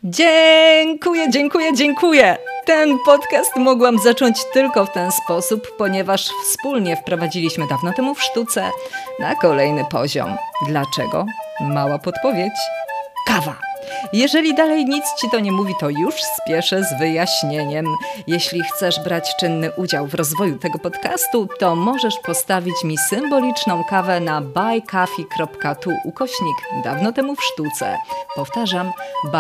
Dziękuję, dziękuję, dziękuję. Ten podcast mogłam zacząć tylko w ten sposób, ponieważ wspólnie wprowadziliśmy dawno temu w sztuce na kolejny poziom. Dlaczego? Mała podpowiedź. Kawa. Jeżeli dalej nic ci to nie mówi, to już spieszę z wyjaśnieniem. Jeśli chcesz brać czynny udział w rozwoju tego podcastu, to możesz postawić mi symboliczną kawę na buycoffee.tu/dawno temu w sztuce. Powtarzam,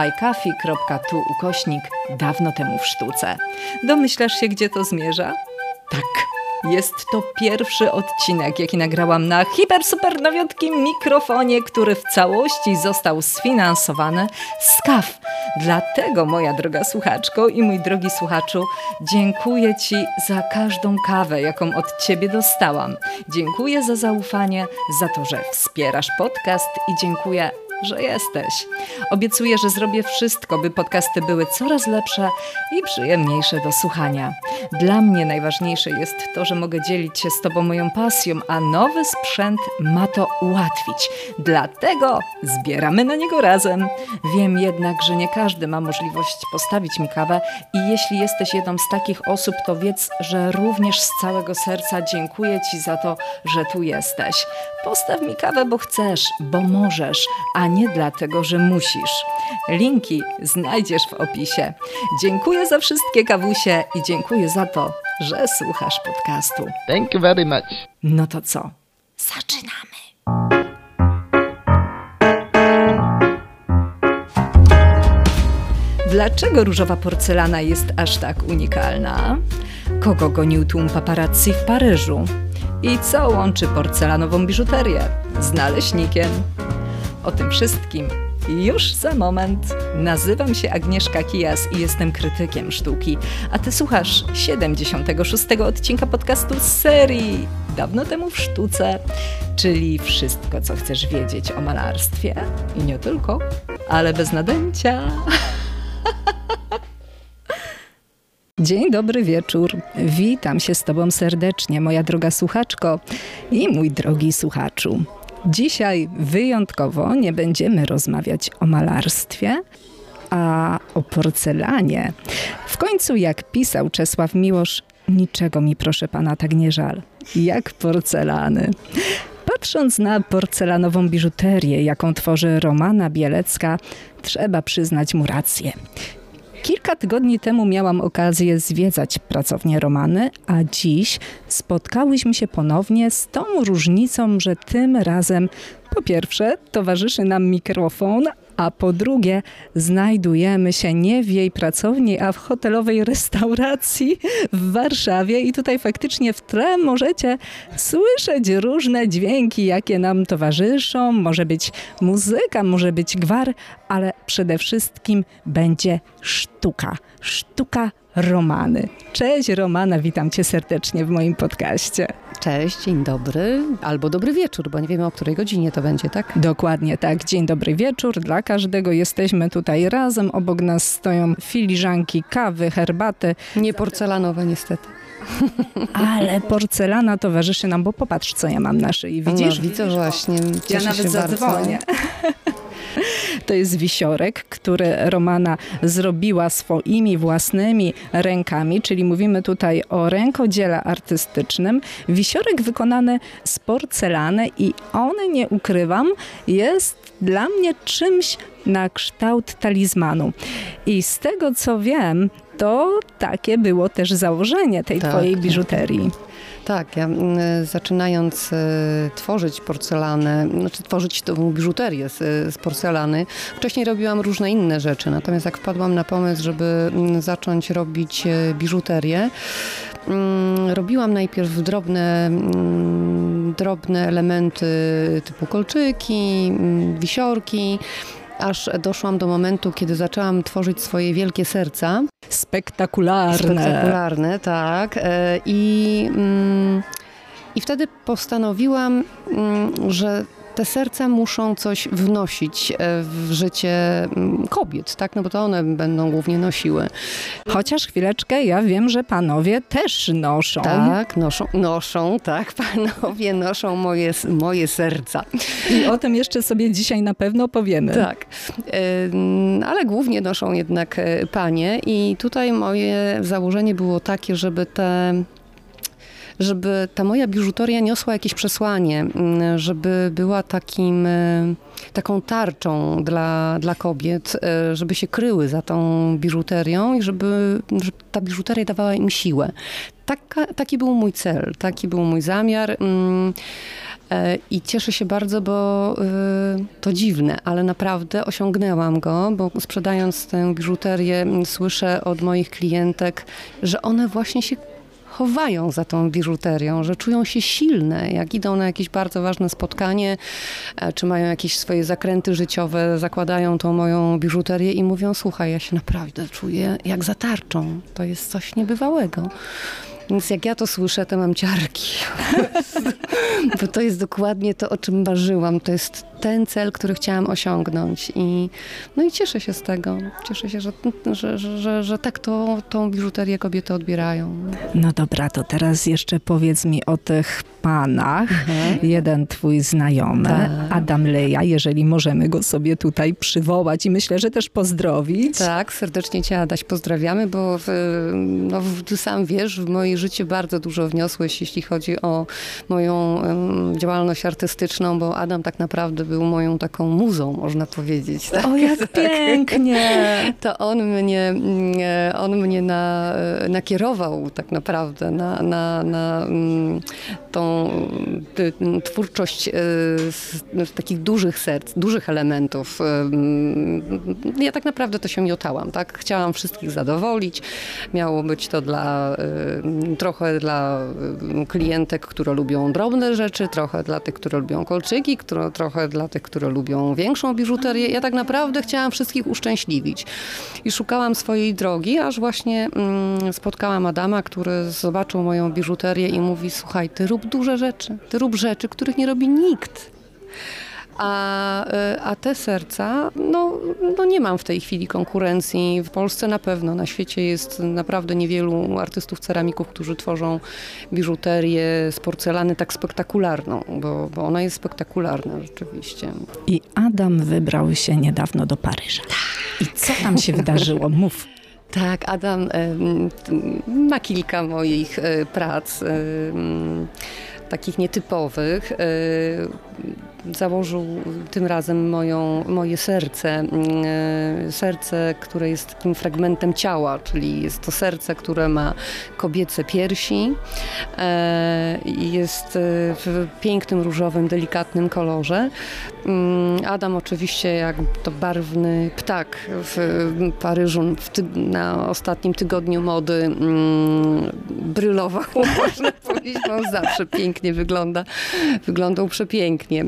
buycoffee.tu/dawno temu w sztuce. Domyślasz się, gdzie to zmierza? Tak. Jest to pierwszy odcinek, jaki nagrałam na hiper nowiutkim mikrofonie, który w całości został sfinansowany z kaw. Dlatego, moja droga słuchaczko i mój drogi słuchaczu, dziękuję Ci za każdą kawę, jaką od Ciebie dostałam. Dziękuję za zaufanie, za to, że wspierasz podcast i dziękuję, że jesteś. Obiecuję, że zrobię wszystko, by podcasty były coraz lepsze i przyjemniejsze do słuchania. Dla mnie najważniejsze jest to, że mogę dzielić się z Tobą moją pasją, a nowy sprzęt ma to ułatwić. Dlatego zbieramy na niego razem. Wiem jednak, że nie każdy ma możliwość postawić mi kawę i jeśli jesteś jedną z takich osób, to wiedz, że również z całego serca dziękuję Ci za to, że tu jesteś. Postaw mi kawę, bo chcesz, bo możesz, a nie dlatego, że musisz. Linki znajdziesz w opisie. Dziękuję za wszystkie kawusie i dziękuję za to, że słuchasz podcastu. Thank you very much. No to co? Zaczynamy. Dlaczego różowa porcelana jest aż tak unikalna? Kogo gonił tłum paparazzi w Paryżu? I co łączy porcelanową biżuterię z naleśnikiem? O tym wszystkim już za moment. Nazywam się Agnieszka Kijas i jestem krytykiem sztuki, a Ty słuchasz 76. odcinka podcastu z serii Dawno temu w sztuce, czyli wszystko, co chcesz wiedzieć o malarstwie i nie tylko, ale bez nadęcia. Dzień dobry wieczór. Witam się z Tobą serdecznie, moja droga słuchaczko i mój drogi słuchaczu. Dzisiaj wyjątkowo nie będziemy rozmawiać o malarstwie, a o porcelanie. W końcu, jak pisał Czesław Miłosz, niczego mi, proszę pana, tak nie żal, jak porcelany. Patrząc na porcelanową biżuterię, jaką tworzy Romana Bielecka, trzeba przyznać mu rację. Kilka tygodni temu miałam okazję zwiedzać pracownię Romany, a dziś spotkałyśmy się ponownie z tą różnicą, że tym razem po pierwsze towarzyszy nam mikrofon, a po drugie znajdujemy się nie w jej pracowni, a w hotelowej restauracji w Warszawie i tutaj faktycznie w tle możecie słyszeć różne dźwięki, jakie nam towarzyszą. Może być muzyka, może być gwar, ale przede wszystkim będzie sztuka. Sztuka Romany. Cześć Romana, witam Cię serdecznie w moim podcaście. Cześć, dzień dobry, albo dobry wieczór, bo nie wiemy, o której godzinie to będzie, tak? Dokładnie tak, dzień dobry wieczór dla każdego. Jesteśmy tutaj razem, obok nas stoją filiżanki kawy, herbaty. Nie porcelanowe niestety. Ale porcelana towarzyszy nam, bo popatrz, co ja mam na szyi, widzisz? No, widzę właśnie, ja nawet zadzwonię. To jest wisiorek, który Romana zrobiła swoimi własnymi rękami, czyli mówimy tutaj o rękodziele artystycznym. Wisiorek wykonany z porcelany i on, nie ukrywam, jest dla mnie czymś na kształt talizmanu. I z tego, co wiem, to takie było też założenie tej twojej biżuterii. Tak, ja zaczynając tworzyć porcelanę, tworzyć tą biżuterię z porcelany, wcześniej robiłam różne inne rzeczy, natomiast jak wpadłam na pomysł, żeby zacząć robić biżuterię, robiłam najpierw drobne elementy typu kolczyki, wisiorki, aż doszłam do momentu, kiedy zaczęłam tworzyć swoje wielkie serca. Spektakularne, tak. I wtedy postanowiłam, że te serca muszą coś wnosić w życie kobiet, tak? No bo to one będą głównie nosiły. Chociaż chwileczkę, ja wiem, że panowie też noszą. Tak, noszą, tak, panowie noszą moje serca. I o tym jeszcze sobie dzisiaj na pewno powiemy. Tak, ale głównie noszą jednak panie i tutaj moje założenie było takie, żeby ta moja biżuteria niosła jakieś przesłanie, żeby była taką tarczą dla kobiet, żeby się kryły za tą biżuterią i żeby ta biżuteria dawała im siłę. Taki był mój cel, taki był mój zamiar. I cieszę się bardzo, bo to dziwne, ale naprawdę osiągnęłam go, bo sprzedając tę biżuterię słyszę od moich klientek, że one właśnie się chowają za tą biżuterią, że czują się silne, jak idą na jakieś bardzo ważne spotkanie, czy mają jakieś swoje zakręty życiowe, zakładają tą moją biżuterię i mówią: słuchaj, ja się naprawdę czuję jak za tarczą. To jest coś niebywałego. Więc jak ja to słyszę, to mam ciarki. Bo to jest dokładnie to, o czym marzyłam. To jest ten cel, który chciałam osiągnąć. I cieszę się z tego. Cieszę się, że tak tą biżuterię kobiety odbierają. No dobra, to teraz jeszcze powiedz mi o tych panach. Jeden twój znajomy, Adam Leja, jeżeli możemy go sobie tutaj przywołać i myślę, że też pozdrowić. Tak, serdecznie cię, Adaś, pozdrawiamy, bo ty sam wiesz, w moje życie bardzo dużo wniosłeś, jeśli chodzi o moją działalność artystyczną, bo Adam tak naprawdę był moją taką muzą, można powiedzieć. Tak? O, jak pięknie! To on mnie nakierował tak naprawdę na tą twórczość takich dużych serc, dużych elementów. Ja tak naprawdę to się miotałam, tak? Chciałam wszystkich zadowolić. Miało być to trochę dla klientek, które lubią drobne rzeczy, trochę dla tych, które lubią kolczyki, trochę dla tych, które lubią większą biżuterię. Ja tak naprawdę chciałam wszystkich uszczęśliwić. I szukałam swojej drogi, aż właśnie spotkałam Adama, który zobaczył moją biżuterię i mówi: słuchaj, ty rób duże rzeczy. Ty rób rzeczy, których nie robi nikt. A te serca, nie mam w tej chwili konkurencji. W Polsce na pewno, na świecie jest naprawdę niewielu artystów ceramików, którzy tworzą biżuterię z porcelany tak spektakularną, bo ona jest spektakularna rzeczywiście. I Adam wybrał się niedawno do Paryża. I co tam się wydarzyło? Mów. Tak, Adam ma kilka moich prac, takich nietypowych. Założył tym razem moje serce, które jest takim fragmentem ciała, czyli jest to serce, które ma kobiece piersi i jest w pięknym, różowym, delikatnym kolorze. Adam oczywiście jak to barwny ptak w Paryżu na ostatnim tygodniu mody brylował, można powiedzieć, bo on zawsze pięknie wyglądał przepięknie.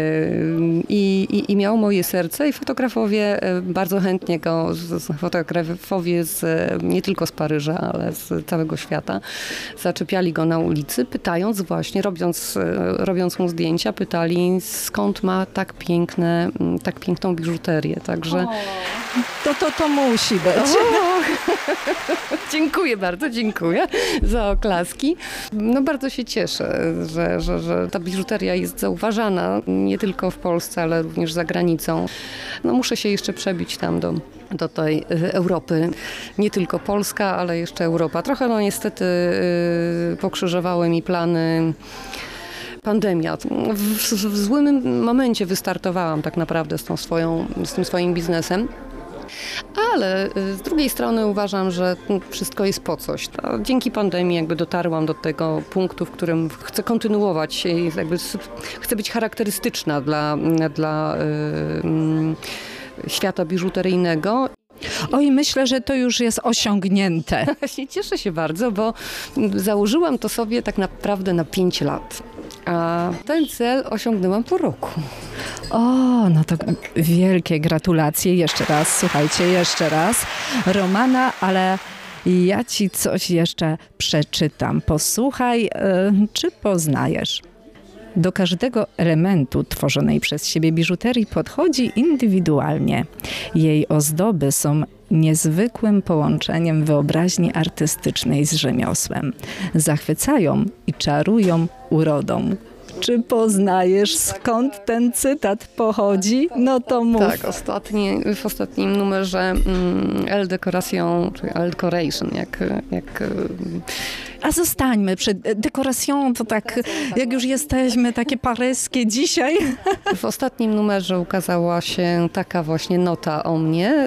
I miał moje serce i fotografowie bardzo chętnie fotografowie nie tylko z Paryża, ale z całego świata, zaczepiali go na ulicy, pytając właśnie, robiąc mu zdjęcia, pytali, skąd ma tak piękną biżuterię. Także To musi być. Dziękuję bardzo, dziękuję za oklaski. Bardzo się cieszę, że ta biżuteria jest zauważana nie tylko w Polsce, ale również za granicą. Muszę się jeszcze przebić tam do tej Europy. Nie tylko Polska, ale jeszcze Europa. Trochę niestety pokrzyżowały mi plany pandemia. W złym momencie wystartowałam tak naprawdę z tym swoim biznesem. Ale z drugiej strony uważam, że wszystko jest po coś. Dzięki pandemii dotarłam do tego punktu, w którym chcę kontynuować, chcę być charakterystyczna dla świata biżuteryjnego. Oj, myślę, że to już jest osiągnięte. Cieszę się bardzo, bo założyłam to sobie tak naprawdę na 5 lat. A ten cel osiągnęłam po roku. No to wielkie gratulacje. Jeszcze raz, słuchajcie, Romana, ale ja ci coś jeszcze przeczytam. Posłuchaj, czy poznajesz? Do każdego elementu tworzonej przez siebie biżuterii podchodzi indywidualnie. Jej ozdoby są niezwykłym połączeniem wyobraźni artystycznej z rzemiosłem. Zachwycają i czarują urodą. Czy poznajesz, skąd ten cytat pochodzi? No to mów. Tak, w ostatnim numerze Elle Decoration, czyli Elle Decoration, jak A zostańmy przy dekoracją, to tak, jak już jesteśmy takie paryskie dzisiaj. w ostatnim numerze ukazała się taka właśnie nota o mnie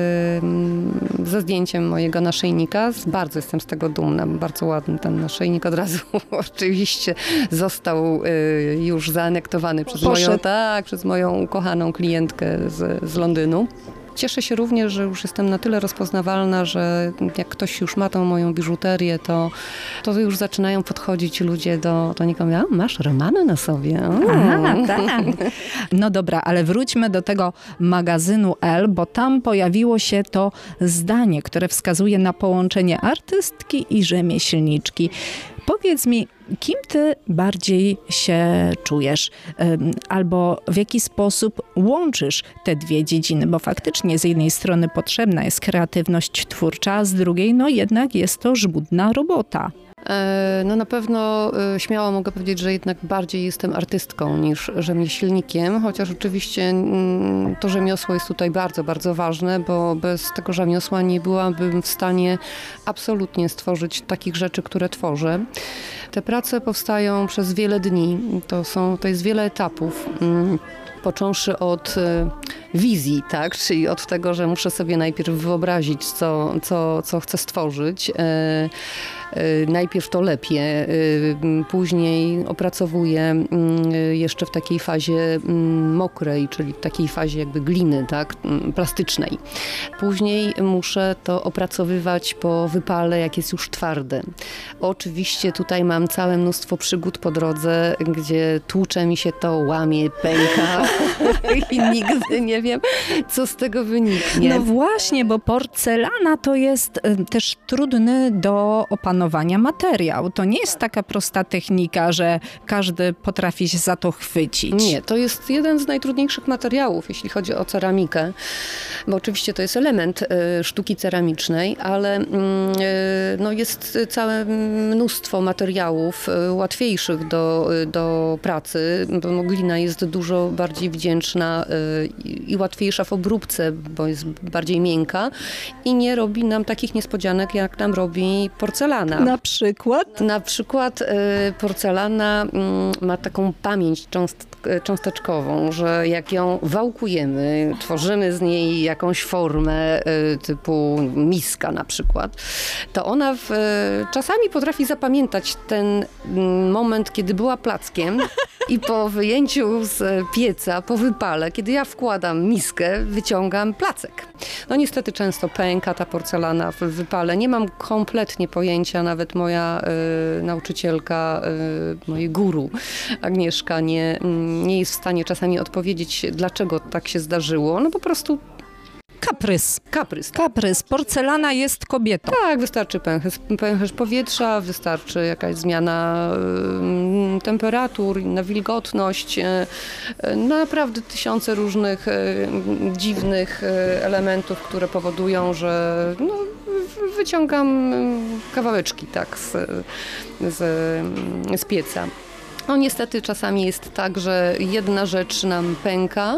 ze zdjęciem mojego naszyjnika. Bardzo jestem z tego dumna, bardzo ładny ten naszyjnik. Od razu oczywiście został już zaanektowany przez moją ukochaną klientkę z Londynu. Cieszę się również, że już jestem na tyle rozpoznawalna, że jak ktoś już ma tą moją biżuterię, to już zaczynają podchodzić ludzie do niego. Masz Romany na sobie. Tak. No dobra, ale wróćmy do tego magazynu Elle, bo tam pojawiło się to zdanie, które wskazuje na połączenie artystki i rzemieślniczki. Powiedz mi, kim ty bardziej się czujesz? Albo w jaki sposób łączysz te dwie dziedziny? Bo faktycznie z jednej strony potrzebna jest kreatywność twórcza, a z drugiej no jednak jest to żmudna robota. No na pewno śmiało mogę powiedzieć, że jednak bardziej jestem artystką niż rzemieślnikiem, chociaż oczywiście to rzemiosło jest tutaj bardzo, bardzo ważne, bo bez tego rzemiosła nie byłabym w stanie absolutnie stworzyć takich rzeczy, które tworzę. Te prace powstają przez wiele dni, to jest wiele etapów. Począwszy od wizji, tak? Czyli od tego, że muszę sobie najpierw wyobrazić, co chcę stworzyć. Najpierw to lepiej, później opracowuję jeszcze w takiej fazie mokrej, czyli w takiej fazie jakby gliny, tak? Plastycznej. Później muszę to opracowywać po wypale, jak jest już twarde. Oczywiście tutaj mam całe mnóstwo przygód po drodze, gdzie tłucze mi się to, łamie, pęka i nigdy nie wiem, co z tego wyniknie. No właśnie, bo porcelana to jest też trudny do opanowania materiał. To nie jest taka prosta technika, że każdy potrafi się za to chwycić. Nie, to jest jeden z najtrudniejszych materiałów, jeśli chodzi o ceramikę, bo oczywiście to jest element sztuki ceramicznej, ale no jest całe mnóstwo materiałów łatwiejszych do pracy, bo glina jest dużo bardziej wdzięczna i łatwiejsza w obróbce, bo jest bardziej miękka i nie robi nam takich niespodzianek, jak nam robi porcelana. Na przykład? Na przykład porcelana ma taką pamięć cząsteczkową, że jak ją wałkujemy, tworzymy z niej jakąś formę typu miska na przykład, to ona czasami potrafi zapamiętać ten moment, kiedy była plackiem i po wyjęciu z pieca, po wypale, kiedy ja wkładam miskę, wyciągam placek. No niestety często pęka ta porcelana w wypale. Nie mam kompletnie pojęcia, nawet moja nauczycielka, moje guru Agnieszka nie jest w stanie czasami odpowiedzieć, dlaczego tak się zdarzyło. No po prostu Kaprys. Tak. Kaprys. Porcelana jest kobietą. Tak, wystarczy pęcherz powietrza, wystarczy jakaś zmiana temperatur, inna wilgotność. Naprawdę tysiące różnych dziwnych elementów, które powodują, że wyciągam kawałeczki tak z pieca. No niestety czasami jest tak, że jedna rzecz nam pęka,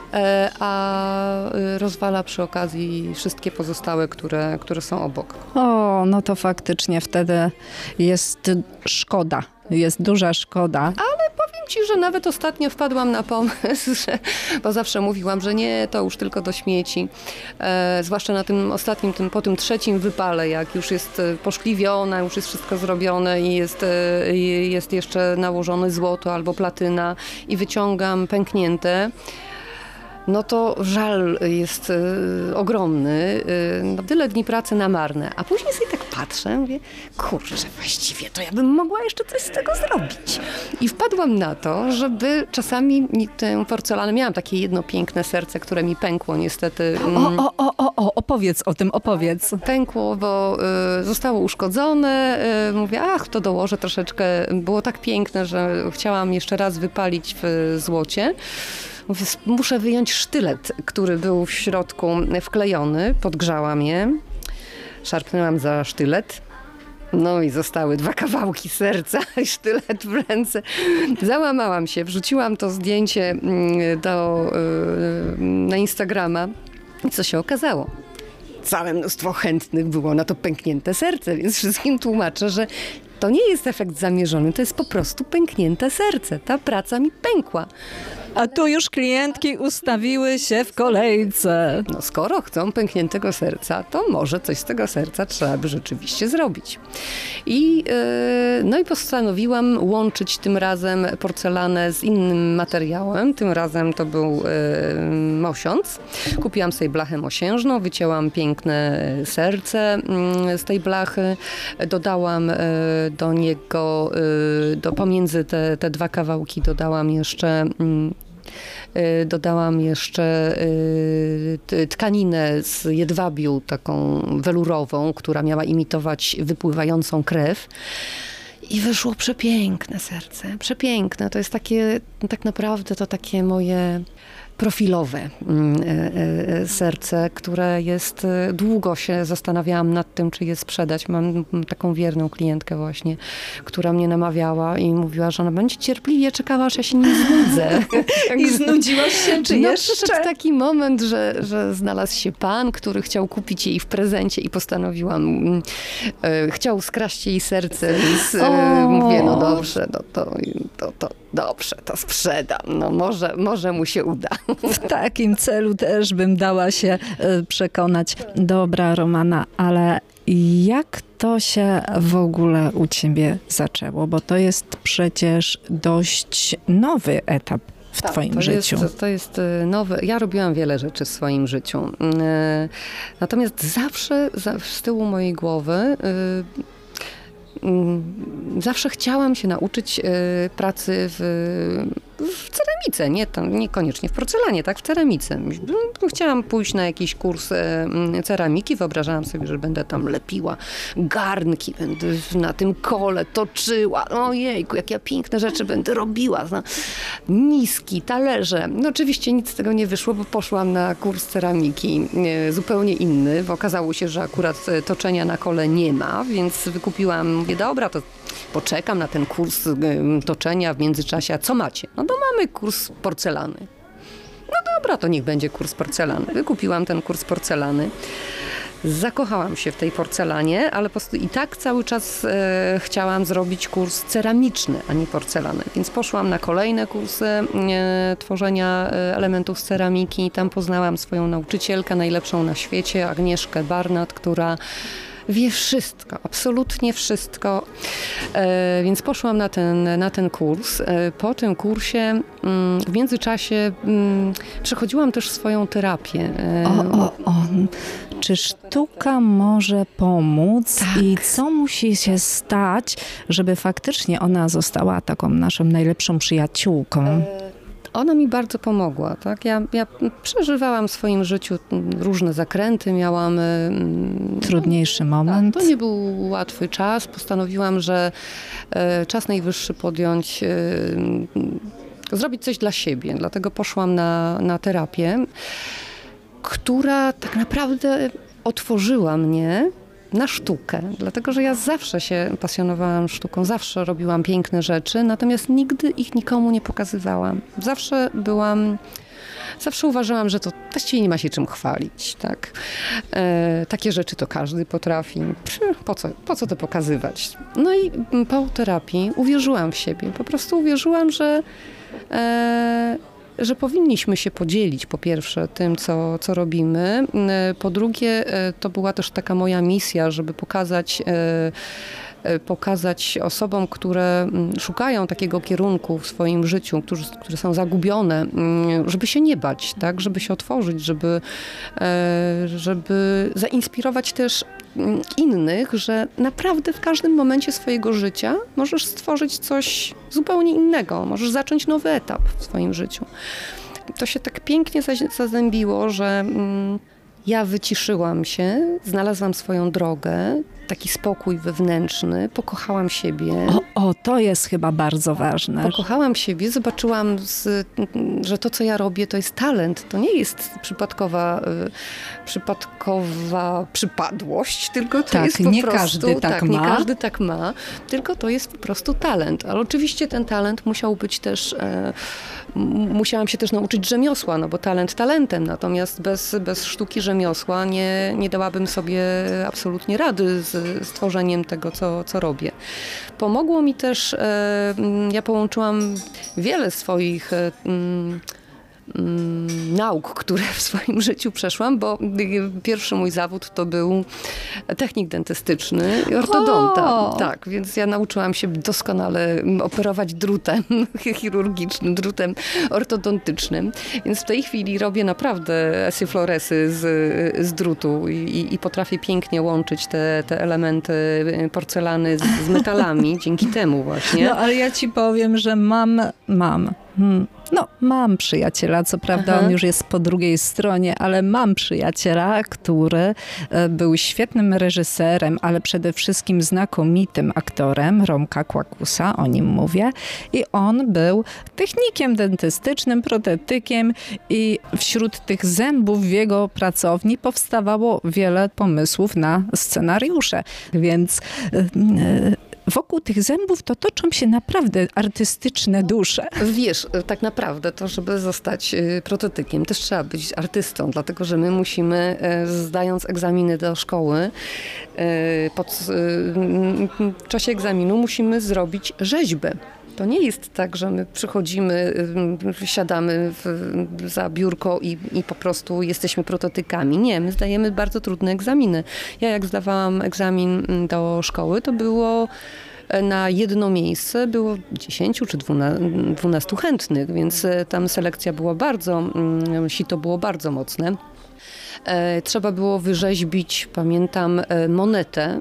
a rozwala przy okazji wszystkie pozostałe, które są obok. O, no to faktycznie wtedy jest szkoda. Jest duża szkoda. Ale powiem ci, że nawet ostatnio wpadłam na pomysł, bo zawsze mówiłam, że nie, to już tylko do śmieci. Zwłaszcza na tym ostatnim, po tym trzecim wypale, jak już jest poszkliwiona, już jest wszystko zrobione i jest jeszcze nałożone złoto albo platyna i wyciągam pęknięte. No to żal jest ogromny. Tyle dni pracy na marne. A później sobie tak patrzę, mówię, kurczę, właściwie to ja bym mogła jeszcze coś z tego zrobić. I wpadłam na to, żeby czasami tę porcelanę, miałam takie jedno piękne serce, które mi pękło niestety. Opowiedz o tym, opowiedz. Pękło, bo zostało uszkodzone. Mówię, to dołożę troszeczkę. Było tak piękne, że chciałam jeszcze raz wypalić w złocie. Mówię, muszę wyjąć sztylet, który był w środku wklejony. Podgrzałam je. Szarpnęłam za sztylet. No i zostały 2 kawałki serca i sztylet w ręce. Załamałam się, wrzuciłam to zdjęcie na Instagrama. I co się okazało? Całe mnóstwo chętnych było na to pęknięte serce, więc wszystkim tłumaczę, że to nie jest efekt zamierzony, to jest po prostu pęknięte serce. Ta praca mi pękła. A tu już klientki ustawiły się w kolejce. No skoro chcą pękniętego serca, to może coś z tego serca trzeba by rzeczywiście zrobić. I postanowiłam łączyć tym razem porcelanę z innym materiałem. Tym razem to był mosiądz. Kupiłam sobie blachę mosiężną, wycięłam piękne serce z tej blachy. Dodałam do niego, pomiędzy te 2 kawałki dodałam jeszcze tkaninę z jedwabiu, taką welurową, która miała imitować wypływającą krew. I wyszło przepiękne serce, przepiękne. To jest takie, tak naprawdę to takie moje profilowe serce, które jest, długo się zastanawiałam nad tym, czy je sprzedać. Mam taką wierną klientkę właśnie, która mnie namawiała i mówiła, że ona będzie cierpliwie czekała, aż ja się nie znudzę. I znudziłaś się, czy jeszcze? Przyszedł taki moment, że znalazł się pan, który chciał kupić jej w prezencie i postanowiłam, chciał skraść jej serce, więc mówię, no dobrze, dobrze, to sprzedam. No może mu się uda. W takim celu też bym dała się przekonać. Dobra, Romana, ale jak to się w ogóle u ciebie zaczęło? Bo to jest przecież dość nowy etap w twoim życiu. To jest nowe. Ja robiłam wiele rzeczy w swoim życiu. Natomiast zawsze z tyłu mojej głowy zawsze chciałam się nauczyć pracy w ceramice, niekoniecznie w porcelanie, tak, w ceramice. Chciałam pójść na jakiś kurs ceramiki, wyobrażałam sobie, że będę tam lepiła garnki, będę na tym kole toczyła. Ojejku, jak ja piękne rzeczy będę robiła. Miski, talerze. No oczywiście nic z tego nie wyszło, bo poszłam na kurs ceramiki zupełnie inny, bo okazało się, że akurat toczenia na kole nie ma, więc wykupiłam, mówię, dobra, to poczekam na ten kurs toczenia w międzyczasie. A co macie? No to mamy kurs porcelany. No dobra, to niech będzie kurs porcelany. Wykupiłam ten kurs porcelany. Zakochałam się w tej porcelanie, ale po prostu i tak cały czas chciałam zrobić kurs ceramiczny, a nie porcelany. Więc poszłam na kolejne kursy tworzenia elementów z ceramiki. Tam poznałam swoją nauczycielkę, najlepszą na świecie, Agnieszkę Barnat, która wie wszystko, absolutnie wszystko. Więc poszłam na ten kurs. Po tym kursie w międzyczasie przechodziłam też swoją terapię. Czy sztuka może pomóc? Tak. I co musi się stać, żeby faktycznie ona została taką naszą najlepszą przyjaciółką? Ona mi bardzo pomogła, tak? Ja przeżywałam w swoim życiu różne zakręty, miałam Trudniejszy moment. Tak, to nie był łatwy czas. Postanowiłam, że czas najwyższy podjąć, zrobić coś dla siebie. Dlatego poszłam na terapię, która tak naprawdę otworzyła mnie na sztukę, dlatego że ja zawsze się pasjonowałam sztuką, zawsze robiłam piękne rzeczy, natomiast nigdy ich nikomu nie pokazywałam. Zawsze uważałam, że to właściwie nie ma się czym chwalić, tak? Takie rzeczy to każdy potrafi. Po co to pokazywać? No i po terapii uwierzyłam w siebie. Po prostu uwierzyłam, że powinniśmy się podzielić po pierwsze tym, co robimy. Po drugie, to była też taka moja misja, żeby pokazać pokazać osobom, które szukają takiego kierunku w swoim życiu, które są zagubione, żeby się nie bać, tak? Żeby się otworzyć, żeby zainspirować też innych, że naprawdę w każdym momencie swojego życia możesz stworzyć coś zupełnie innego, możesz zacząć nowy etap w swoim życiu. To się tak pięknie zazębiło, że ja wyciszyłam się, znalazłam swoją drogę, taki spokój wewnętrzny, pokochałam siebie. To jest chyba bardzo ważne. Pokochałam siebie, zobaczyłam, że to, co ja robię, to jest talent. To nie jest przypadkowa przypadłość, tylko to jest po nie prostu... Każdy tak ma. Nie każdy tak ma, tylko to jest po prostu talent. Ale oczywiście ten talent musiał być też... Musiałam się też nauczyć rzemiosła, no bo talent talentem, natomiast bez sztuki rzemiosła nie dałabym sobie absolutnie rady z tworzeniem tego, co robię. Pomogło mi też, ja połączyłam wiele swoich nauk, które w swoim życiu przeszłam, bo pierwszy mój zawód to był technik dentystyczny i ortodonta. Tak, więc ja nauczyłam się doskonale operować drutem chirurgicznym, drutem ortodontycznym. Więc w tej chwili robię naprawdę essyfloresy z drutu i potrafię pięknie łączyć te elementy porcelany z metalami dzięki temu właśnie. No ale ja ci powiem, że mam przyjaciela, co prawda on już jest po drugiej stronie, ale mam przyjaciela, który był świetnym reżyserem, ale przede wszystkim znakomitym aktorem, Romka Kłakusa, o nim mówię. I on był technikiem dentystycznym, protetykiem i wśród tych zębów w jego pracowni powstawało wiele pomysłów na scenariusze. Więc... wokół tych zębów to toczą się naprawdę artystyczne dusze. Wiesz, tak naprawdę to, żeby zostać protetykiem, też trzeba być artystą, dlatego że my musimy, zdając egzaminy do szkoły, w czasie egzaminu musimy zrobić rzeźbę. To nie jest tak, że my przychodzimy, siadamy za biurko i po prostu jesteśmy protetykami. Nie, my zdajemy bardzo trudne egzaminy. Ja jak zdawałam egzamin do szkoły, to było na jedno miejsce było 10 czy 12 chętnych, więc tam selekcja była sito było bardzo mocne. Trzeba było wyrzeźbić, pamiętam, monetę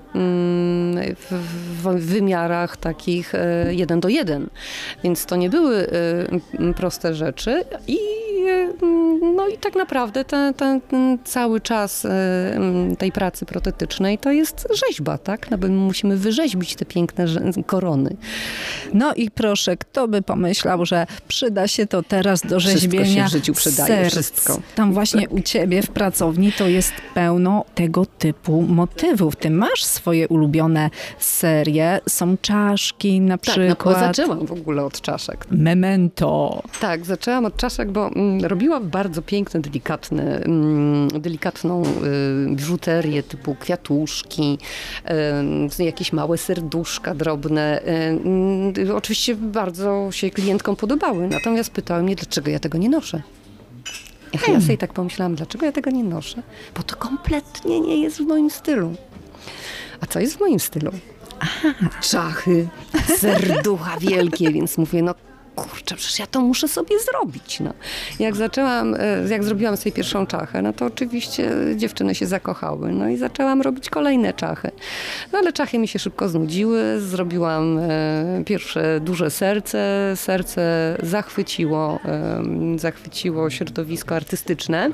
w wymiarach takich 1:1. Więc to nie były proste rzeczy i tak naprawdę ten cały czas tej pracy protetycznej to jest rzeźba, tak? No bo my musimy wyrzeźbić te piękne korony. No i proszę, kto by pomyślał, że przyda się to teraz do rzeźbienia wszystko się w życiu przydaje, serc. wszystko. Tam właśnie u ciebie w pracowni to jest pełno tego typu motywów. Ty masz swoje ulubione serie, są czaszki na przykład. Tak, zaczęłam w ogóle od czaszek. Memento. Tak, zaczęłam od czaszek, bo robiłam bardzo piękne, delikatną biżuterię typu kwiatuszki, jakieś małe serduszka drobne. Oczywiście bardzo się klientkom podobały, natomiast pytały mnie, dlaczego ja tego nie noszę. Ja sobie tak pomyślałam, dlaczego ja tego nie noszę? Bo to kompletnie nie jest w moim stylu. A co jest w moim stylu? Czachy, serducha wielkie, więc mówię, kurczę, przecież ja to muszę sobie zrobić. Jak zrobiłam sobie pierwszą czachę, no to oczywiście dziewczyny się zakochały. No i zaczęłam robić kolejne czachy. No ale czachy mi się szybko znudziły. Zrobiłam pierwsze duże serce. Serce zachwyciło środowisko artystyczne.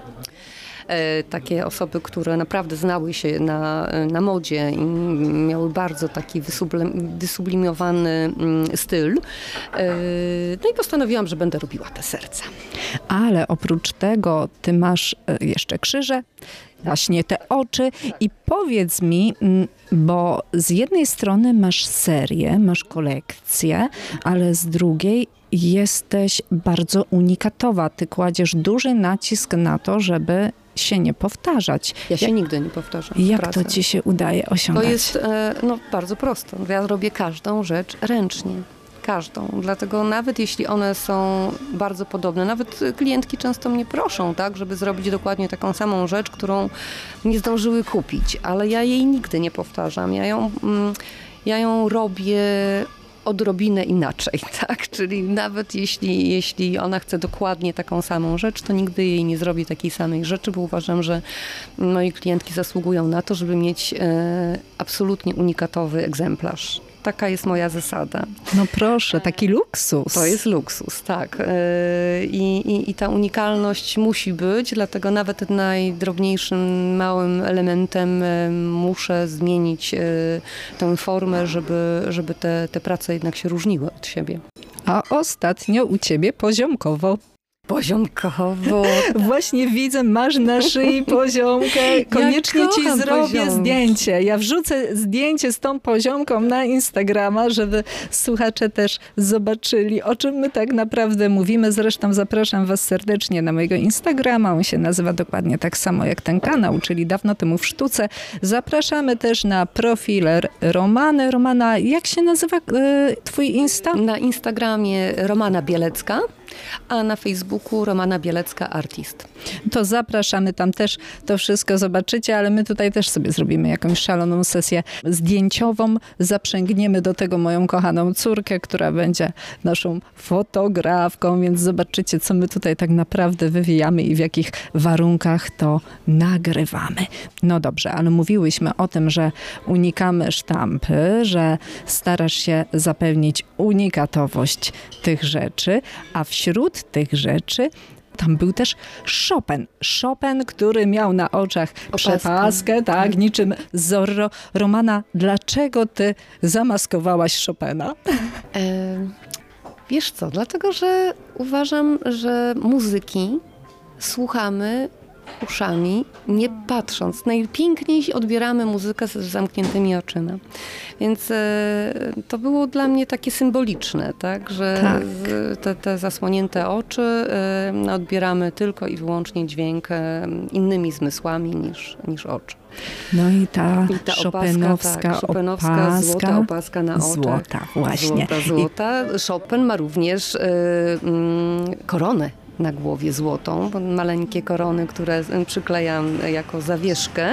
Takie osoby, które naprawdę znały się na modzie i miały bardzo taki wysublimowany styl. No i postanowiłam, że będę robiła te serca. Ale oprócz tego ty masz jeszcze krzyże, właśnie te oczy i powiedz mi, bo z jednej strony masz serię, masz kolekcję, ale z drugiej jesteś bardzo unikatowa. Ty kładziesz duży nacisk na to, żeby się nie powtarzać. Ja się nigdy nie powtarzam. Jak to ci się udaje osiągać? To jest bardzo prosto. Ja robię każdą rzecz ręcznie. Każdą. Dlatego nawet jeśli one są bardzo podobne, nawet klientki często mnie proszą, tak, żeby zrobić dokładnie taką samą rzecz, którą nie zdążyły kupić, ale ja jej nigdy nie powtarzam. ja ją robię odrobinę inaczej, tak? Czyli nawet jeśli ona chce dokładnie taką samą rzecz, to nigdy jej nie zrobię takiej samej rzeczy, bo uważam, że moi klientki zasługują na to, żeby mieć absolutnie unikatowy egzemplarz. Taka jest moja zasada. No proszę, taki luksus. To jest luksus, tak. I ta unikalność musi być, dlatego nawet najdrobniejszym, małym elementem muszę zmienić tę formę, żeby te prace jednak się różniły od siebie. A ostatnio u ciebie poziomkowo. Poziomkowo. Właśnie widzę, masz na szyi poziomkę. Koniecznie Ja ci kocham zrobię poziomki. zdjęcie. Ja wrzucę zdjęcie z tą poziomką na Instagrama, żeby słuchacze też zobaczyli, o czym my tak naprawdę mówimy. Zresztą zapraszam was serdecznie na mojego Instagrama. On się nazywa dokładnie tak samo jak ten kanał, czyli Dawno temu w sztuce. Zapraszamy też na profil Romany. Romana, jak się nazywa twój Insta? Na Instagramie Romana Bielecka, a na Facebooku Romana Bielecka Artist. To zapraszamy, tam też to wszystko zobaczycie, ale my tutaj też sobie zrobimy jakąś szaloną sesję zdjęciową. Zaprzęgniemy do tego moją kochaną córkę, która będzie naszą fotografką, więc zobaczycie, co my tutaj tak naprawdę wywijamy i w jakich warunkach to nagrywamy. No dobrze, ale mówiłyśmy o tym, że unikamy sztampy, że starasz się zapewnić unikatowość tych rzeczy, a wśród tych rzeczy tam był też Chopin. Chopin, który miał na oczach przepaskę, tak, niczym Zorro. Romana, dlaczego ty zamaskowałaś Chopina? Wiesz co, dlatego, że uważam, że muzyki słuchamy uszami, nie patrząc. Najpiękniej odbieramy muzykę z zamkniętymi oczyma. Więc to było dla mnie takie symboliczne, tak? Że te zasłonięte oczy odbieramy tylko i wyłącznie dźwięk innymi zmysłami niż oczy. No i ta Chopinowska opaska, złota opaska na oczach. Złota, właśnie. Złota. Chopin ma również koronę na głowie złotą, maleńkie korony, które przyklejam jako zawieszkę.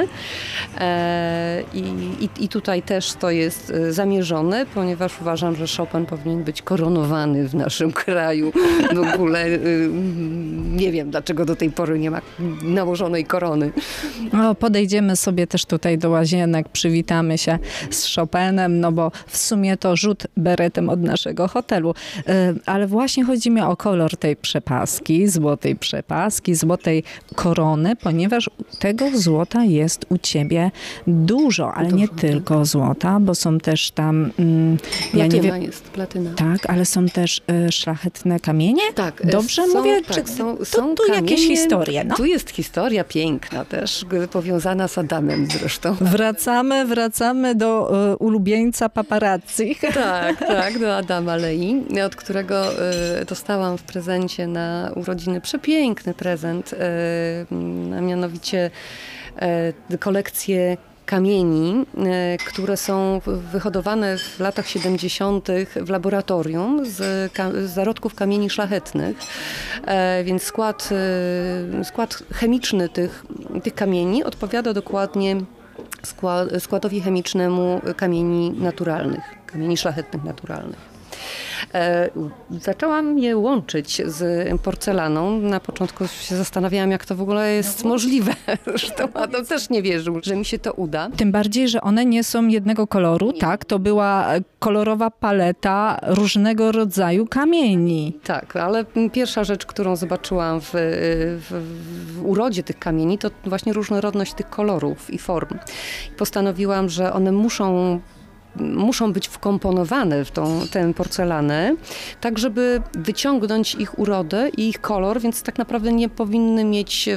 I tutaj też to jest zamierzone, ponieważ uważam, że Chopin powinien być koronowany w naszym kraju. W ogóle nie wiem, dlaczego do tej pory nie ma nałożonej korony. No, podejdziemy sobie też tutaj do łazienek, przywitamy się z Chopinem, no bo w sumie to rzut beretem od naszego hotelu. Ale właśnie chodzi mi o kolor tej złotej przepaski, złotej korony, ponieważ tego złota jest u ciebie dużo, ale nie tylko złota, bo są też tam... Platyna jest, platyna. Tak, ale są też szlachetne kamienie? Tak. Dobrze mówię? Tak, są tu kamienie, jakieś historie? No. Tu jest historia piękna też, powiązana z Adamem zresztą. Wracamy do ulubieńca paparazzi. Tak, do Adama Lei, od którego dostałam w prezencie na urodziny przepiękny prezent, a mianowicie kolekcję kamieni, które są wyhodowane w latach 70. w laboratorium z zarodków kamieni szlachetnych. Więc skład chemiczny tych kamieni odpowiada dokładnie składowi chemicznemu kamieni naturalnych, kamieni szlachetnych naturalnych. Zaczęłam je łączyć z porcelaną. Na początku się zastanawiałam, jak to w ogóle jest możliwe. Zresztą Adam też nie wierzył, że mi się to uda. Tym bardziej, że one nie są jednego koloru, tak? To była kolorowa paleta różnego rodzaju kamieni. Tak, ale pierwsza rzecz, którą zobaczyłam w urodzie tych kamieni, to właśnie różnorodność tych kolorów i form. Postanowiłam, że one muszą być wkomponowane w tę porcelanę, tak żeby wyciągnąć ich urodę i ich kolor, więc tak naprawdę nie powinny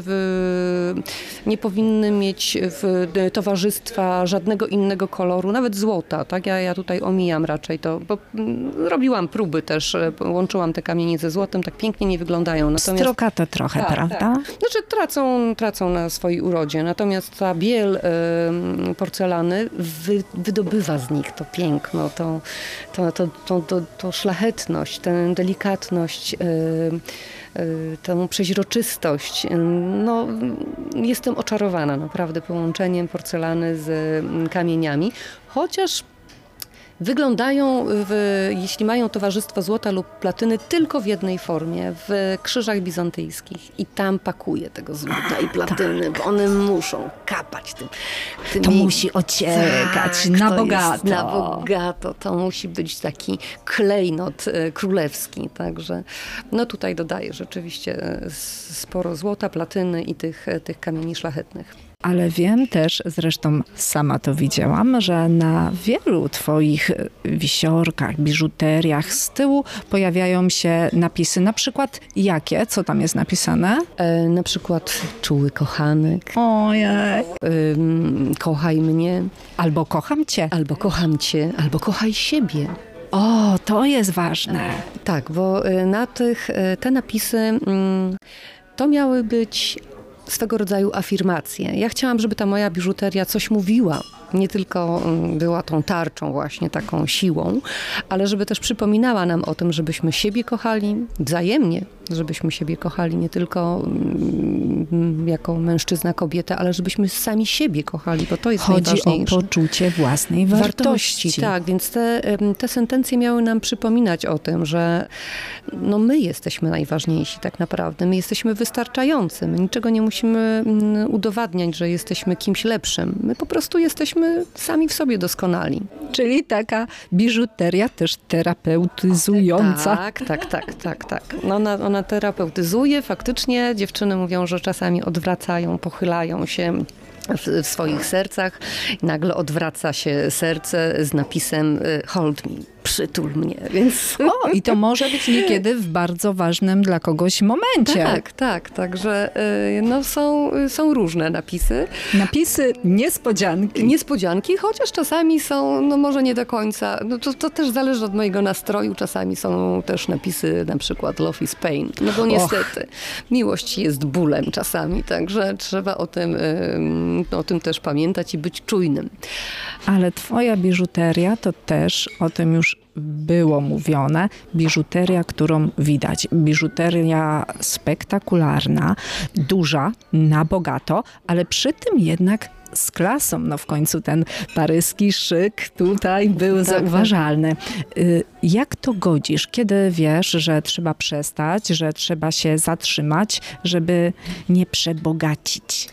mieć w towarzystwa żadnego innego koloru, nawet złota. Tak? Ja tutaj omijam raczej to, bo robiłam próby też, łączyłam te kamienie ze złotem, tak pięknie nie wyglądają. Natomiast Strokate trochę, prawda? Tak. Znaczy tracą na swojej urodzie, natomiast ta biel porcelany wydobywa z nich to piękno, tą szlachetność, tę delikatność, tę przeźroczystość. No, jestem oczarowana naprawdę połączeniem porcelany z kamieniami, chociaż wyglądają, jeśli mają towarzystwo złota lub platyny, tylko w jednej formie, w krzyżach bizantyjskich. I tam pakuje tego złota i platyny, bo one muszą kapać tymi... To musi ociekać na bogato. Na bogato. To musi być taki klejnot królewski. Także no tutaj dodaję rzeczywiście sporo złota, platyny i tych kamieni szlachetnych. Ale wiem też, zresztą sama to widziałam, że na wielu twoich wisiorkach, biżuteriach z tyłu pojawiają się napisy. Na przykład jakie? Co tam jest napisane? Na przykład czuły kochanek. Ojej. Kochaj mnie. Albo kocham cię. Albo kocham cię. Albo kochaj siebie. O, to jest ważne. Tak, bo na te napisy to miały być swego rodzaju afirmacje. Ja chciałam, żeby ta moja biżuteria coś mówiła. Nie tylko była tą tarczą właśnie, taką siłą, ale żeby też przypominała nam o tym, żebyśmy siebie kochali wzajemnie, żebyśmy siebie kochali nie tylko jako mężczyzna, kobieta, ale żebyśmy sami siebie kochali, bo to jest najważniejsze. Chodzi o poczucie własnej wartości. Tak, więc te sentencje miały nam przypominać o tym, że no my jesteśmy najważniejsi tak naprawdę. My jesteśmy wystarczający. My niczego nie musimy udowadniać, że jesteśmy kimś lepszym. My po prostu jesteśmy sami w sobie doskonali. Czyli taka biżuteria też terapeutyzująca. Tak. No ona terapeutyzuje. Faktycznie dziewczyny mówią, że czasami odwracają, pochylają się w swoich sercach. Nagle odwraca się serce z napisem hold me, przytul mnie. Więc... O, i to może być niekiedy w bardzo ważnym dla kogoś momencie. Tak. Także no, są różne napisy. Napisy Niespodzianki, chociaż czasami są, no może nie do końca. No to też zależy od mojego nastroju. Czasami są też napisy na przykład love is pain. No bo niestety miłość jest bólem czasami, także trzeba o tym też pamiętać i być czujnym. Ale twoja biżuteria to też, o tym już było mówione, biżuteria, którą widać. Biżuteria spektakularna, duża, na bogato, ale przy tym jednak z klasą. No w końcu ten paryski szyk tutaj był zauważalny. Jak to godzisz? Kiedy wiesz, że trzeba przestać, że trzeba się zatrzymać, żeby nie przebogacić?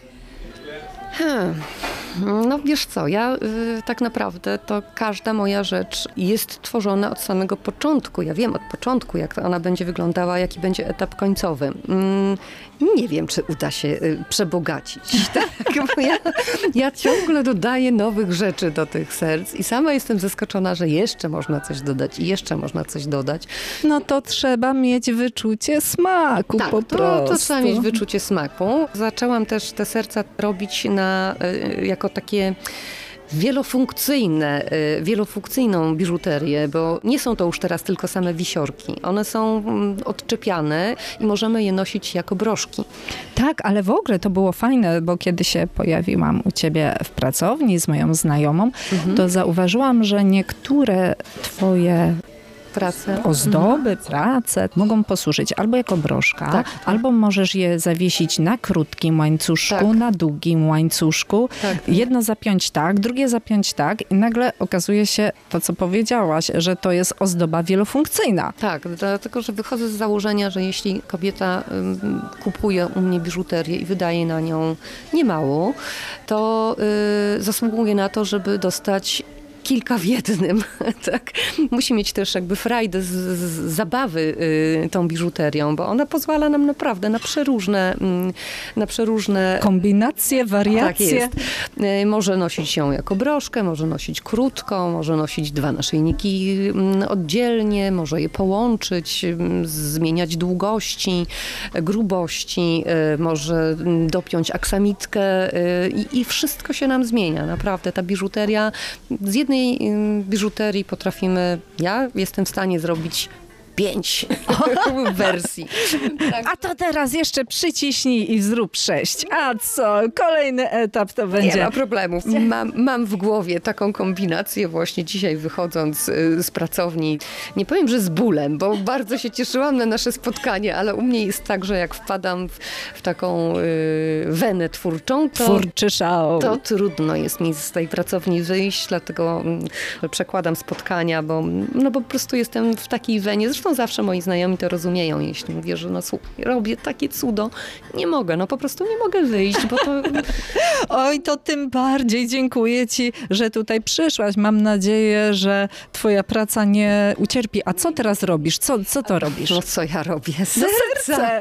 No wiesz co, ja tak naprawdę to każda moja rzecz jest tworzona od samego początku. Ja wiem od początku, jak ona będzie wyglądała, jaki będzie etap końcowy. Nie wiem, czy uda się przebogacić. Tak? Bo ja ciągle dodaję nowych rzeczy do tych serc i sama jestem zaskoczona, że jeszcze można coś dodać i jeszcze można coś dodać. No to trzeba mieć wyczucie smaku po prostu. To trzeba mieć wyczucie smaku. Zaczęłam też te serca robić jako takie wielofunkcyjną biżuterię, bo nie są to już teraz tylko same wisiorki. One są odczepiane i możemy je nosić jako broszki. Tak, ale w ogóle to było fajne, bo kiedy się pojawiłam u ciebie w pracowni z moją znajomą, to zauważyłam, że niektóre twoje ozdoby, prace mogą posłużyć albo jako broszka, albo możesz je zawiesić na krótkim łańcuszku, na długim łańcuszku. Jedno zapiąć tak, drugie zapiąć tak i nagle okazuje się to, co powiedziałaś, że to jest ozdoba wielofunkcyjna. Tak, dlatego, że wychodzę z założenia, że jeśli kobieta kupuje u mnie biżuterię i wydaje na nią niemało, to zasługuje na to, żeby dostać kilka w jednym, tak? Musi mieć też jakby frajdę z zabawy tą biżuterią, bo ona pozwala nam naprawdę na przeróżne kombinacje, wariacje. Tak jest. Może nosić ją jako broszkę, może nosić krótką, może nosić 2 naszyjniki oddzielnie, może je połączyć, zmieniać długości, grubości, może dopiąć aksamitkę i wszystko się nam zmienia. Naprawdę ta biżuteria z jednej biżuterii ja jestem w stanie zrobić 5 wersji. A to teraz jeszcze przyciśnij i zrób 6. A co? Kolejny etap to będzie. Nie ma problemów. Mam w głowie taką kombinację właśnie dzisiaj wychodząc z pracowni. Nie powiem, że z bólem, bo bardzo się cieszyłam na nasze spotkanie, ale u mnie jest tak, że jak wpadam w taką wenę twórczą, Twórczy szał. to trudno jest mi z tej pracowni wyjść, dlatego przekładam spotkania, bo po prostu jestem w takiej wenie. Zresztą zawsze moi znajomi to rozumieją, jeśli mówię, że robię takie cudo, nie mogę, po prostu nie mogę wyjść, bo to... Oj, to tym bardziej dziękuję ci, że tutaj przyszłaś. Mam nadzieję, że twoja praca nie ucierpi. A co teraz robisz? Co to robisz? No co ja robię? Serce!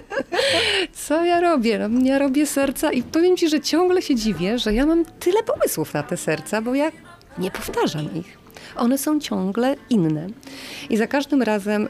Co ja robię? Ja robię serca i powiem ci, że ciągle się dziwię, że ja mam tyle pomysłów na te serca, bo ja nie powtarzam ich. One są ciągle inne. I za każdym razem,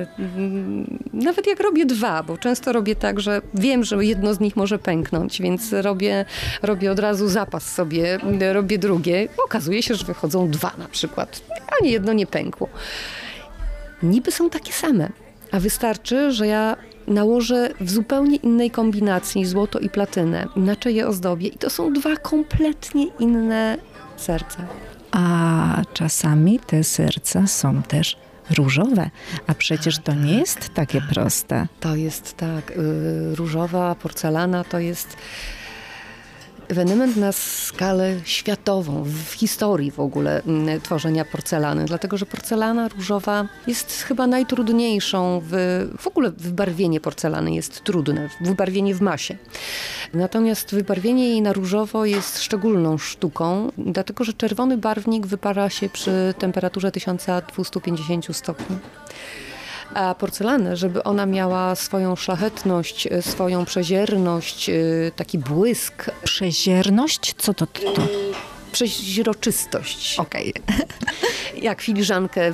nawet jak robię 2, bo często robię tak, że wiem, że jedno z nich może pęknąć, więc robię od razu zapas sobie, robię drugie. Okazuje się, że wychodzą 2 na przykład. Ani jedno nie pękło. Niby są takie same, a wystarczy, że ja nałożę w zupełnie innej kombinacji złoto i platynę, inaczej je ozdobię i to są 2 kompletnie inne serca. A czasami te serca są też różowe, a przecież to nie jest takie proste. To jest tak, różowa porcelana to jest ewenement na skalę światową, w historii w ogóle tworzenia porcelany, dlatego że porcelana różowa jest chyba najtrudniejszą, w ogóle wybarwienie porcelany jest trudne, wybarwienie w masie. Natomiast wybarwienie jej na różowo jest szczególną sztuką, dlatego że czerwony barwnik wypara się przy temperaturze 1250 stopni. A porcelanę, żeby ona miała swoją szlachetność, swoją przezierność, taki błysk. Przezierność? Co to? Przeźroczystość. Okej. Jak filiżankę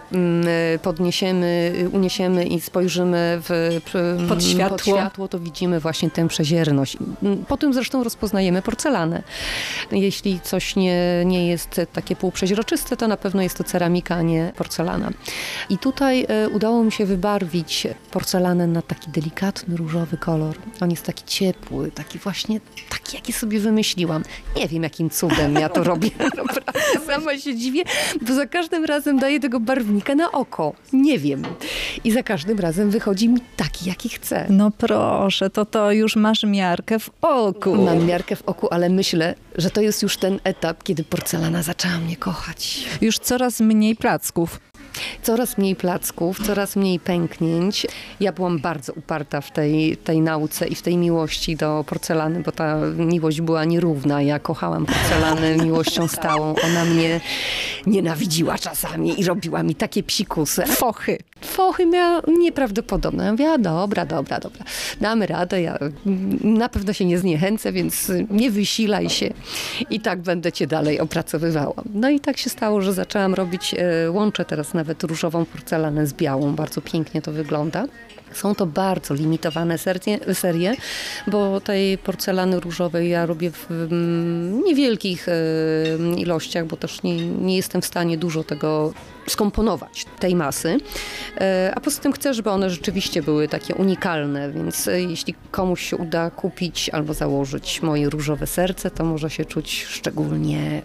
uniesiemy i spojrzymy pod światło, to widzimy właśnie tę przezierność. Po tym zresztą rozpoznajemy porcelanę. Jeśli coś nie jest takie półprzeźroczyste, to na pewno jest to ceramika, a nie porcelana. I tutaj udało mi się wybarwić porcelanę na taki delikatny, różowy kolor. On jest taki ciepły, taki jaki sobie wymyśliłam. Nie wiem, jakim cudem ja to robię. Naprawdę, sama się dziwię, bo za każdym razem daję tego barwnika na oko. Nie wiem. I za każdym razem wychodzi mi taki, jaki chcę. No proszę, to już masz miarkę w oku. Mam miarkę w oku, ale myślę, że to jest już ten etap, kiedy porcelana zaczęła mnie kochać. Już coraz mniej placków. Coraz mniej placków, coraz mniej pęknięć. Ja byłam bardzo uparta w tej nauce i w tej miłości do porcelany, bo ta miłość była nierówna. Ja kochałam porcelanę miłością stałą. Ona mnie nienawidziła czasami i robiła mi takie psikusy. Fochy miała nieprawdopodobne. Ja mówię, dobra. Damy radę, ja na pewno się nie zniechęcę, więc nie wysilaj się i tak będę cię dalej opracowywała. No i tak się stało, że zaczęłam robić, łączę teraz nawet różową porcelanę z białą. Bardzo pięknie to wygląda. Są to bardzo limitowane serie, bo tej porcelany różowej ja robię w niewielkich ilościach, bo też nie jestem w stanie dużo tego skomponować, tej masy. A poza tym chcę, żeby one rzeczywiście były takie unikalne, więc jeśli komuś się uda kupić albo założyć moje różowe serce, to może się czuć szczególnie...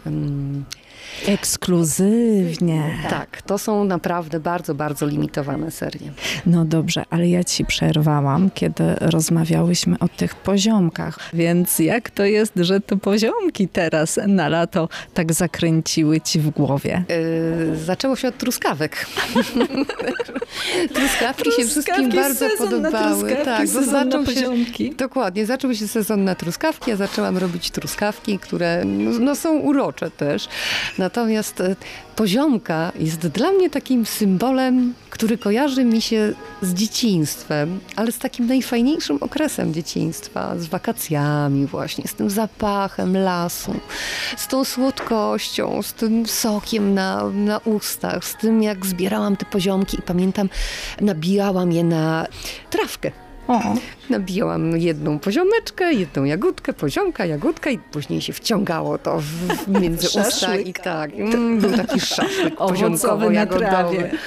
Ekskluzywnie. Tak, to są naprawdę bardzo, bardzo limitowane serie. No dobrze, ale ja ci przerwałam, kiedy rozmawiałyśmy o tych poziomkach. Więc jak to jest, że te poziomki teraz na lato tak zakręciły ci w głowie? Zaczęło się od truskawek. Truskawki się wszystkim bardzo podobały. Tak, sezon na poziomki. Dokładnie, zaczął się sezon na truskawki. Ja zaczęłam robić truskawki, które są urocze też. Natomiast poziomka jest dla mnie takim symbolem, który kojarzy mi się z dzieciństwem, ale z takim najfajniejszym okresem dzieciństwa, z wakacjami właśnie, z tym zapachem lasu, z tą słodkością, z tym sokiem na ustach, z tym jak zbierałam te poziomki i pamiętam, nabijałam je na trawkę. Nabijałam jedną poziomeczkę, jedną jagódkę, poziomka, jagódka i później się wciągało to między usta i tak. Był taki szaszłyk poziomkowo-jagodowy.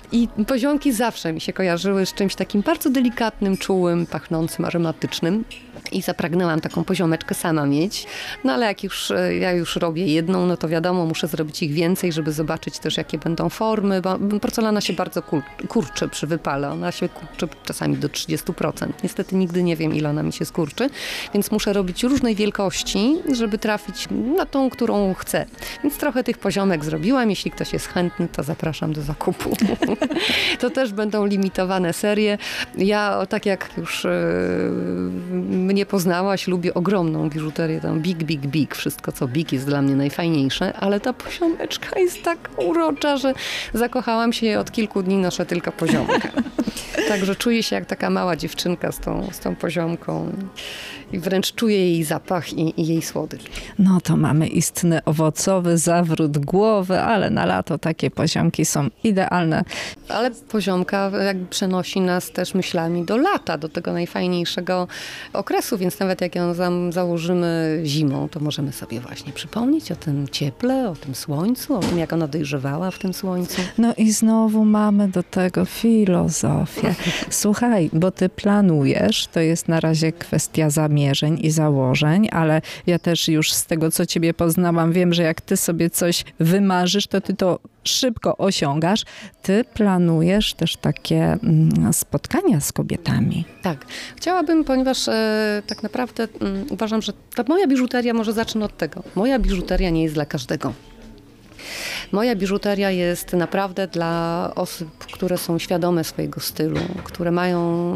I poziomki zawsze mi się kojarzyły z czymś takim bardzo delikatnym, czułym, pachnącym, aromatycznym. I zapragnęłam taką poziomeczkę sama mieć. No ale jak już ja już robię jedną, no to wiadomo, muszę zrobić ich więcej, żeby zobaczyć też, jakie będą formy, bo porcelana się bardzo kurczy przy wypale. Ona się kurczy czasami do 30%. Niestety nigdy nie wiem, ile ona mi się skurczy, więc muszę robić różnej wielkości, żeby trafić na tą, którą chcę. Więc trochę tych poziomek zrobiłam. Jeśli ktoś jest chętny, to zapraszam do zakupu. To też będą limitowane serie. Ja, tak jak już mnie poznałaś, lubię ogromną biżuterię, tam big. Wszystko, co big, jest dla mnie najfajniejsze, ale ta poziomeczka jest tak urocza, że zakochałam się i od kilku dni noszę tylko poziomkę. Także czuję się jak taka mała dziewczynka z tą poziomką i wręcz czuję jej zapach i jej słodycz. No to mamy istny owocowy zawrót głowy, ale na lato takie poziomki są idealne. Ale poziomka jakby przenosi nas też myślami do lata, do tego najfajniejszego okresu, więc nawet jak ją założymy zimą, to możemy sobie właśnie przypomnieć o tym cieple, o tym słońcu, o tym, jak ona dojrzewała w tym słońcu. No i znowu mamy do tego filozofię. Słuchaj, bo ty planujesz, to jest na razie kwestia zamierzeń i założeń, ale ja też już z tego, co ciebie poznałam, wiem, że jak ty sobie coś wymarzysz, to ty to szybko osiągasz. Ty planujesz też takie spotkania z kobietami. Tak. Chciałabym, ponieważ tak naprawdę uważam, że ta moja biżuteria, może zacznę od tego. Moja biżuteria nie jest dla każdego. Moja biżuteria jest naprawdę dla osób, które są świadome swojego stylu, które mają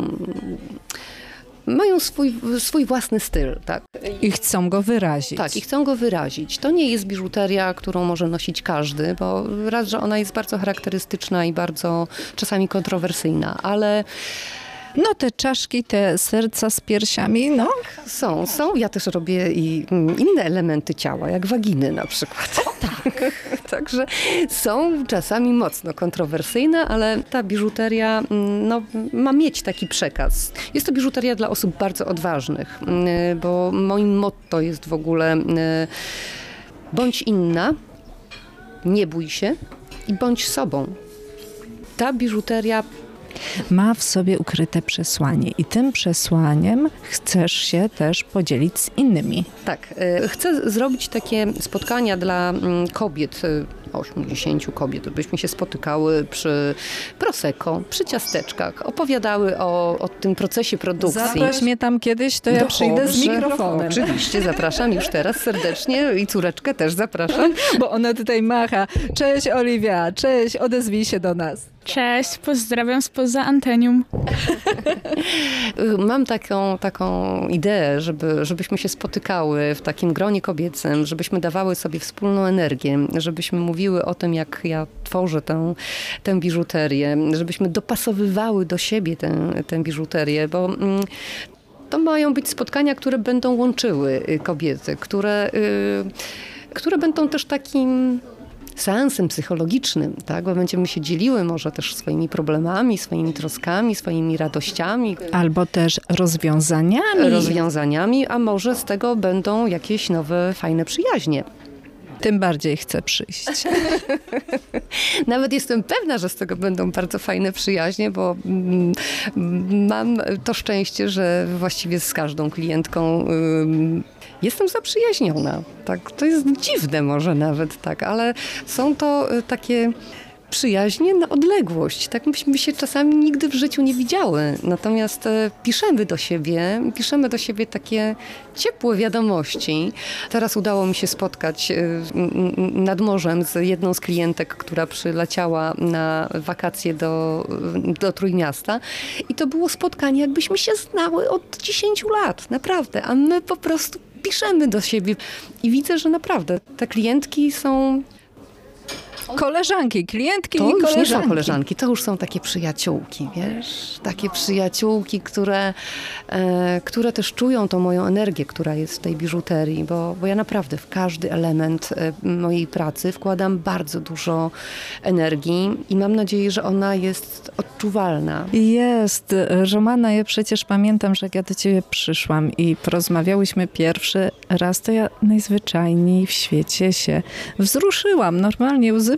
swój własny styl, tak? I chcą go wyrazić. Tak, i chcą go wyrazić. To nie jest biżuteria, którą może nosić każdy, bo raz, że ona jest bardzo charakterystyczna i bardzo czasami kontrowersyjna, ale no te czaszki, te serca z piersiami, no. Są. Ja też robię i inne elementy ciała, jak waginy na przykład. Tak. Także są czasami mocno kontrowersyjne, ale ta biżuteria ma mieć taki przekaz. Jest to biżuteria dla osób bardzo odważnych, bo moim motto jest w ogóle bądź inna, nie bój się i bądź sobą. Ta biżuteria ma w sobie ukryte przesłanie i tym przesłaniem chcesz się też podzielić z innymi. Tak. Chcę zrobić takie spotkania dla kobiet, 80 kobiet, byśmy się spotykały przy prosecco, przy ciasteczkach, opowiadały o tym procesie produkcji. Zaproś mnie tam kiedyś, to ja przyjdę z mikrofonem. Oczywiście, zapraszam już teraz serdecznie i córeczkę też zapraszam. Bo ona tutaj macha. Cześć Oliwia, cześć, odezwij się do nas. Cześć, pozdrawiam spoza antenium. Mam taką ideę, żebyśmy się spotykały w takim gronie kobiecym, żebyśmy dawały sobie wspólną energię, żebyśmy mówiły o tym, jak ja tworzę tę biżuterię, żebyśmy dopasowywały do siebie tę biżuterię, bo to mają być spotkania, które będą łączyły kobiety, które będą też takim seansem psychologicznym, tak? Bo będziemy się dzieliły może też swoimi problemami, swoimi troskami, swoimi radościami. Albo też rozwiązaniami. A może z tego będą jakieś nowe, fajne przyjaźnie. Tym bardziej chcę przyjść. Nawet jestem pewna, że z tego będą bardzo fajne przyjaźnie, bo mam to szczęście, że właściwie z każdą klientką jestem zaprzyjaźniona. Tak, to jest dziwne może nawet, tak, ale są to takie przyjaźnie na odległość. Tak myśmy się czasami nigdy w życiu nie widziały. Natomiast piszemy do siebie takie ciepłe wiadomości. Teraz udało mi się spotkać nad morzem z jedną z klientek, która przyleciała na wakacje do Trójmiasta. I to było spotkanie, jakbyśmy się znały od 10 lat. Naprawdę. A my po prostu piszemy do siebie. I widzę, że naprawdę te klientki są koleżanki, klientki to i koleżanki. To już nie są koleżanki, to już są takie przyjaciółki, wiesz? Takie przyjaciółki, które też czują tą moją energię, która jest w tej biżuterii, bo ja naprawdę w każdy element mojej pracy wkładam bardzo dużo energii i mam nadzieję, że ona jest odczuwalna. Jest. Romana, ja przecież pamiętam, że jak ja do ciebie przyszłam i porozmawiałyśmy pierwszy raz, to ja najzwyczajniej w świecie się wzruszyłam. Normalnie łzy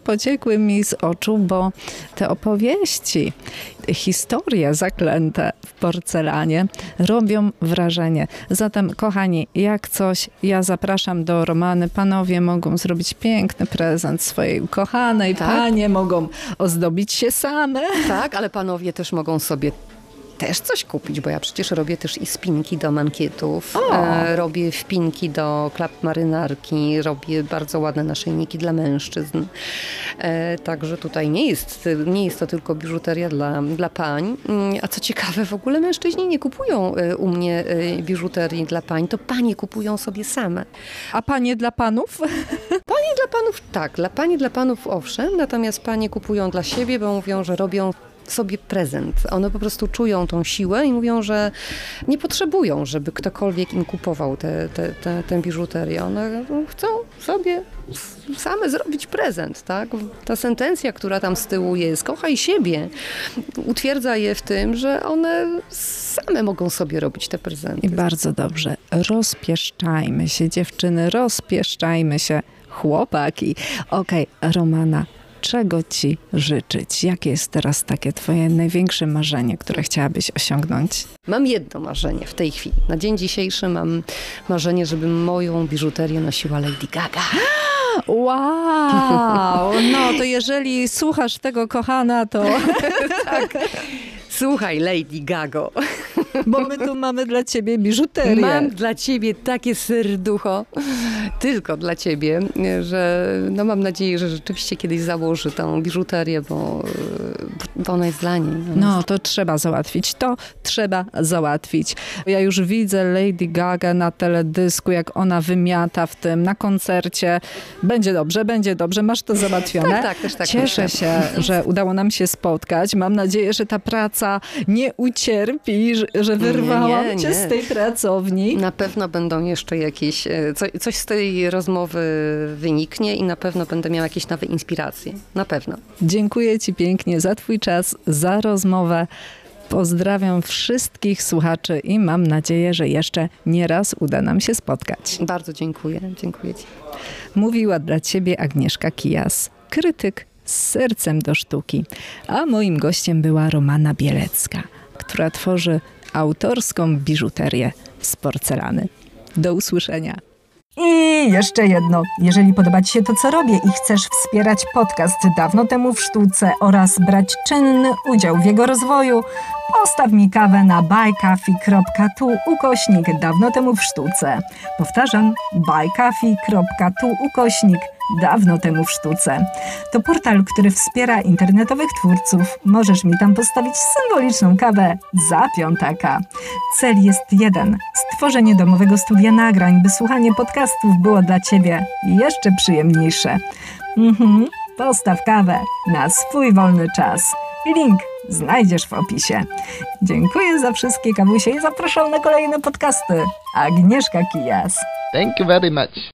pociekły mi z oczu, bo te opowieści, historie zaklęte w porcelanie robią wrażenie. Zatem, kochani, jak coś, ja zapraszam do Romany. Panowie mogą zrobić piękny prezent swojej ukochanej, Tak. panie mogą ozdobić się same. Tak, ale panowie też mogą sobie też coś kupić, bo ja przecież robię też i spinki do mankietów, robię wpinki do klap marynarki, robię bardzo ładne naszyjniki dla mężczyzn. Także tutaj nie jest to tylko biżuteria dla pań. A co ciekawe, w ogóle mężczyźni nie kupują u mnie biżuterii dla pań, to panie kupują sobie same. A panie dla panów? Dla panów tak, dla panów owszem, natomiast panie kupują dla siebie, bo mówią, że robią sobie prezent. One po prostu czują tą siłę i mówią, że nie potrzebują, żeby ktokolwiek im kupował tę biżuterię. One chcą sobie same zrobić prezent, tak? Ta sentencja, która tam z tyłu jest, kochaj siebie, utwierdza je w tym, że one same mogą sobie robić te prezenty. I bardzo dobrze. Rozpieszczajmy się, dziewczyny, rozpieszczajmy się, chłopaki. Okej, Romana, czego ci życzyć? Jakie jest teraz takie twoje największe marzenie, które chciałabyś osiągnąć? Mam jedno marzenie w tej chwili. Na dzień dzisiejszy mam marzenie, żeby moją biżuterię nosiła Lady Gaga. Wow! No to jeżeli słuchasz tego, kochana, to... Tak. Słuchaj, Lady Gago, Bo my tu mamy dla ciebie biżuterię. mam dla ciebie takie serducho, tylko dla ciebie, że no mam nadzieję, że rzeczywiście kiedyś założy tą biżuterię, bo ona jest dla niej. No, to trzeba załatwić. To trzeba załatwić. Ja już widzę Lady Gaga na teledysku, jak ona wymiata w tym, na koncercie. Będzie dobrze. Masz to załatwione. Tak, też tak Cieszę myślę. się, że udało nam się spotkać. Mam nadzieję, że ta praca nie ucierpi, że wyrwałam Nie. cię z tej pracowni. Na pewno będą jeszcze jakieś, coś z tej rozmowy wyniknie i na pewno będę miała jakieś nowe inspiracje. Na pewno. Dziękuję ci pięknie za twój czas, za rozmowę. Pozdrawiam wszystkich słuchaczy i mam nadzieję, że jeszcze nie raz uda nam się spotkać. Bardzo dziękuję. Dziękuję ci. Mówiła dla ciebie Agnieszka Kijas, krytyk z sercem do sztuki. A moim gościem była Romana Bielecka, która tworzy autorską biżuterię z porcelany. Do usłyszenia. I jeszcze jedno. Jeżeli podoba Ci się to, co robię i chcesz wspierać podcast Dawno temu w sztuce oraz brać czynny udział w jego rozwoju, postaw mi kawę na buycoffee.tu/Dawno temu w sztuce. Powtarzam, buycoffee.tu/Dawno temu w sztuce. To portal, który wspiera internetowych twórców. Możesz mi tam postawić symboliczną kawę za piątaka. Cel jest jeden. Stworzenie domowego studia nagrań, by słuchanie podcastów było dla Ciebie jeszcze przyjemniejsze. Postaw kawę na swój wolny czas. Link znajdziesz w opisie. Dziękuję za wszystkie kawusie i zapraszam na kolejne podcasty. Agnieszka Kijas. Thank you very much.